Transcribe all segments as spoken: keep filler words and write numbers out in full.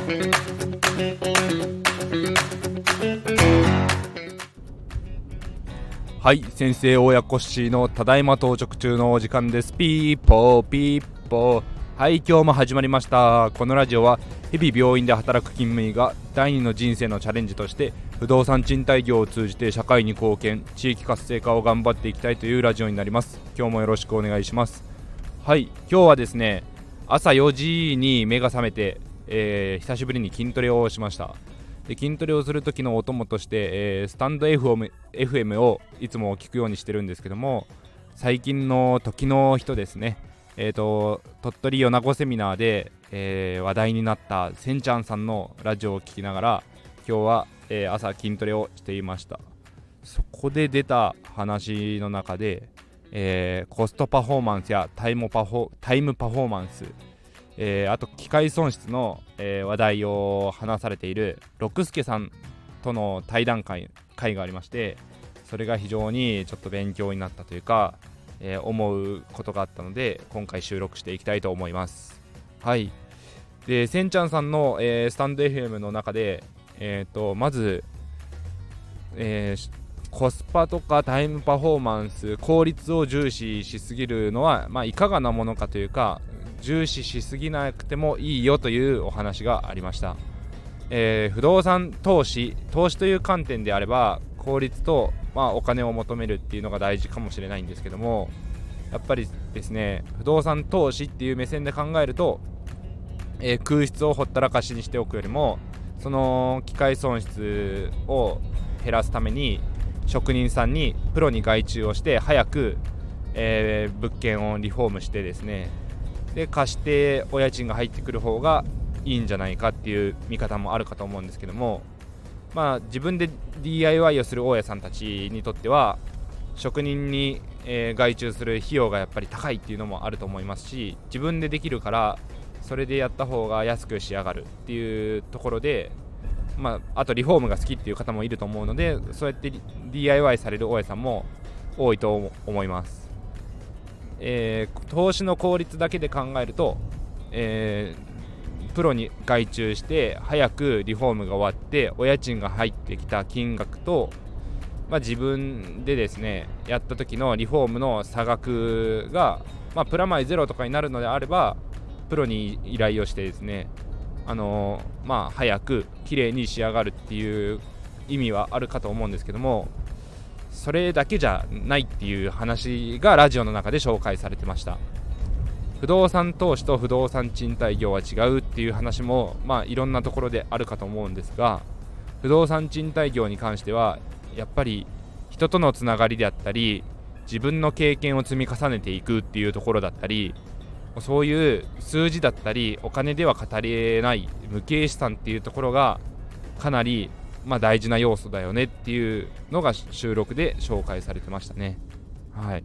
はい、先生親子氏のただいま到着中のお時間です。ピーポーピーポー。はい、今日も始まりました。このラジオは日々病院で働く勤務医が第二の人生のチャレンジとして不動産賃貸業を通じて社会に貢献、地域活性化を頑張っていきたいというラジオになります。今日もよろしくお願いします。はい、今日はですね、朝よじに目が覚めて、えー、久しぶりに筋トレをしました。で筋トレをする時のお供として、えー、スタンド エフエム をいつも聞くようにしてるんですけども、最近の時の人ですね、えーと鳥取米子セミナーで、えー、話題になったせんちゃんさんのラジオを聞きながら今日は、えー、朝筋トレをしていました。そこで出た話の中で、えー、コストパフォーマンスやタイムパフォ、タイムパフォーマンス、えー、あと機械損失の、えー、話題を話されている六助さんとの対談会、会がありまして、それが非常にちょっと勉強になったというか、えー、思うことがあったので今回収録していきたいと思います。はい。でせんちゃんさんの、えー、スタンド エフエム の中で、えー、とまず、えー、コスパとかタイムパフォーマンス、効率を重視しすぎるのは、まあ、いかがなものかというか、重視しすぎなくてもいいよというお話がありました。えー、不動産投資投資という観点であれば効率と、まあ、お金を求めるっていうのが大事かもしれないんですけども、やっぱりですね、不動産投資っていう目線で考えると、えー、空室をほったらかしにしておくよりも、その機械損失を減らすために職人さんにプロに外注をして早く、えー、物件をリフォームしてですね、で貸してお家賃が入ってくる方がいいんじゃないかっていう見方もあるかと思うんですけども、まあ自分で ディーアイワイ をする大家さんたちにとっては職人に、えー、外注する費用がやっぱり高いっていうのもあると思いますし、自分でできるからそれでやった方が安く仕上がるっていうところで、まああとリフォームが好きっていう方もいると思うので、そうやって ディーアイワイ される大家さんも多いと思います。えー、投資の効率だけで考えると、えー、プロに外注して早くリフォームが終わってお家賃が入ってきた金額と、まあ、自分でですねやった時のリフォームの差額が、まあ、プラマイゼロとかになるのであればプロに依頼をしてですね、あのー、まあ早く綺麗に仕上がるっていう意味はあるかと思うんですけども、それだけじゃないっていう話がラジオの中で紹介されてました。不動産投資と不動産賃貸業は違うっていう話も、まあいろんなところであるかと思うんですが、不動産賃貸業に関してはやっぱり人とのつながりであったり、自分の経験を積み重ねていくっていうところだったり、そういう数字だったりお金では語れない無形資産っていうところがかなりまあ大事な要素だよねっていうのが収録で紹介されてましたね。はい。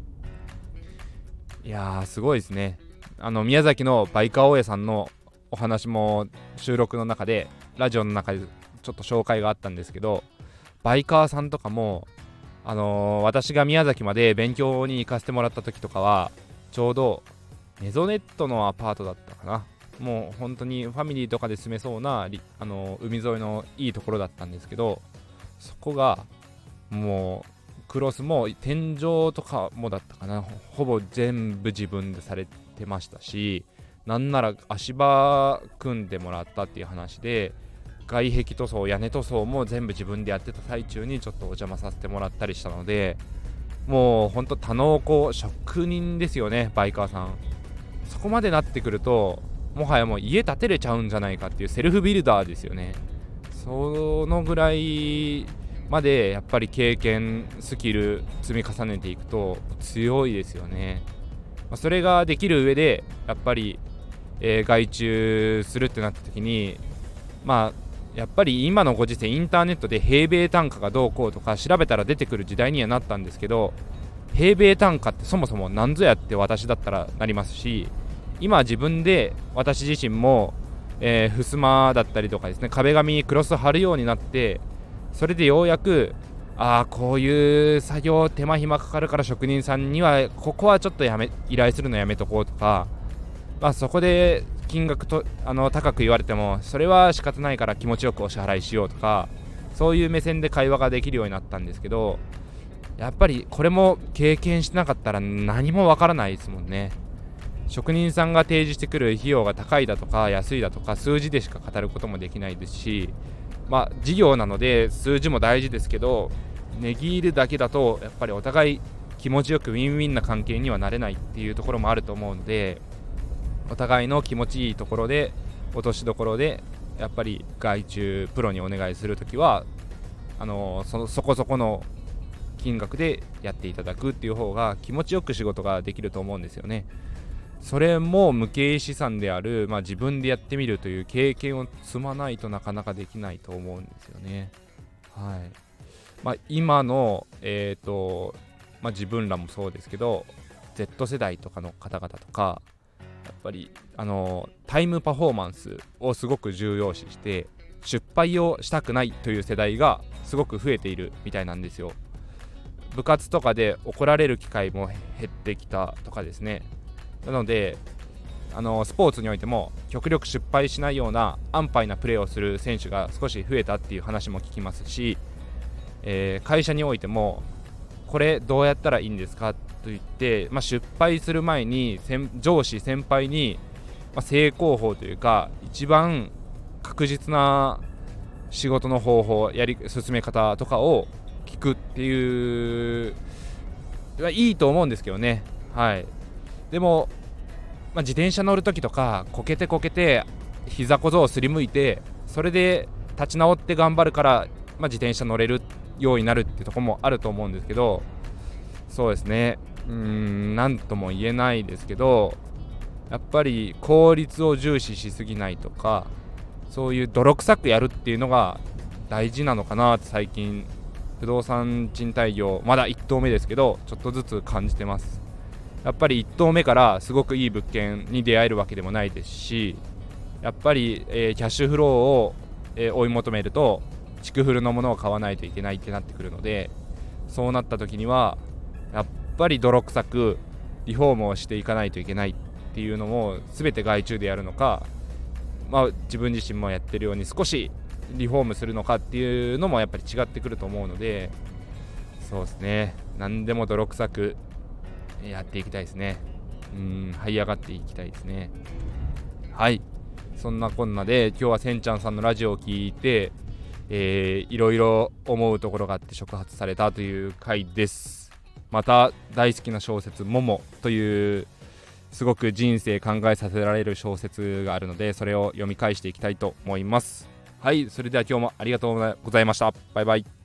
いやーすごいですね。あの宮崎のバイカー大家さんのお話も収録の中でラジオの中でちょっと紹介があったんですけど、バイカーさんとかもあのー、私が宮崎まで勉強に行かせてもらった時とかはちょうどメゾネットのアパートだったかな、もう本当にファミリーとかで住めそうなあの海沿いのいいところだったんですけど、そこがもうクロスも天井とかもだったかな、ほぼ全部自分でされてましたし、なんなら足場組んでもらったっていう話で、外壁塗装屋根塗装も全部自分でやってた最中にちょっとお邪魔させてもらったりしたので、もうほんと多能工職人ですよね、バイカーさん。そこまでなってくるともはやもう家建てれちゃうんじゃないかっていうセルフビルダーですよね。そのぐらいまでやっぱり経験スキル積み重ねていくと強いですよね。それができる上でやっぱり、えー、外注するってなった時に、まあやっぱり今のご時世インターネットで平米単価がどうこうとか調べたら出てくる時代にはなったんですけど、平米単価ってそもそも何ぞやって私だったらなりますし、今自分で私自身も、えー、襖だったりとかですね、壁紙にクロス貼るようになって、それでようやくああこういう作業手間暇かかるから職人さんにはここはちょっとやめ依頼するのやめとこうとか、まあ、そこで金額とあの高く言われてもそれは仕方ないから気持ちよくお支払いしようとか、そういう目線で会話ができるようになったんですけど、やっぱりこれも経験してなかったら何もわからないですもんね。職人さんが提示してくる費用が高いだとか安いだとか数字でしか語ることもできないですし、まあ事業なので数字も大事ですけど、値切るだけだとやっぱりお互い気持ちよくウィンウィンな関係にはなれないっていうところもあると思うので、お互いの気持ちいいところで落としどころでやっぱり外注プロにお願いするときはあの そ, そこそこの金額でやっていただくっていう方が気持ちよく仕事ができると思うんですよね。それも無形資産である、まあ、自分でやってみるという経験を積まないとなかなかできないと思うんですよね。はい。まあ、今の、えーとまあ、自分らもそうですけど Z 世代とかの方々とかやっぱりあのタイムパフォーマンスをすごく重要視して失敗をしたくないという世代がすごく増えているみたいなんですよ。部活とかで怒られる機会も減ってきたとかですね。なのであのスポーツにおいても極力失敗しないような安牌なプレーをする選手が少し増えたっていう話も聞きますし、えー、会社においてもこれどうやったらいいんですかと言って、まあ、失敗する前に上司先輩に、まあ、成功法というか一番確実な仕事の方法やり進め方とかを聞くっていういいと思うんですけどね。はい。でも、まあ、自転車乗るときとかこけてこけて膝小僧をすりむいてそれで立ち直って頑張るから、まあ、自転車乗れるようになるってとこもあると思うんですけど、そうですね、うーんなんとも言えないですけど、やっぱり効率を重視しすぎないとかそういう泥臭くやるっていうのが大事なのかなって最近不動産賃貸業まだいっ棟目ですけどちょっとずつ感じてます。やっぱりいっ棟目からすごくいい物件に出会えるわけでもないですし、やっぱり、えー、キャッシュフローを、えー、追い求めると築フルのものを買わないといけないってなってくるので、そうなった時にはやっぱり泥臭くリフォームをしていかないといけないっていうのも全て外注でやるのか、まあ、自分自身もやってるように少しリフォームするのかっていうのもやっぱり違ってくると思うので、そうですね、何でも泥臭くやっていきたいですね。うーん這い上がっていきたいですね。はい、そんなこんなで今日はせんちゃんさんのラジオを聞いて、えー、いろいろ思うところがあって触発されたという回です。また大好きな小説ももというすごく人生考えさせられる小説があるのでそれを読み返していきたいと思います。はい、それでは今日もありがとうございました。バイバイ。